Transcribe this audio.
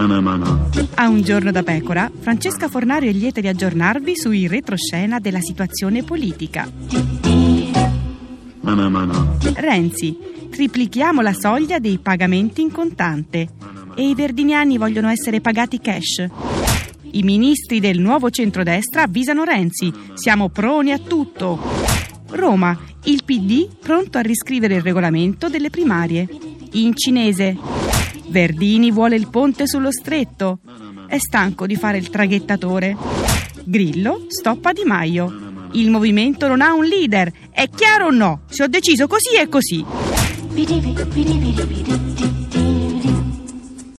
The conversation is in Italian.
A Un giorno da pecora, Francesca Fornario è lieta di aggiornarvi sui retroscena della situazione politica. Renzi, triplichiamo la soglia dei pagamenti in contante e i verdiniani vogliono essere pagati cash. I ministri del nuovo centrodestra avvisano Renzi, siamo proni a tutto. Roma, il PD pronto a riscrivere il regolamento delle primarie. In cinese, Verdini vuole il ponte sullo stretto. È stanco di fare il traghettatore. Grillo stoppa Di Maio. Il movimento non ha un leader. È chiaro o no? Se ho deciso così è così.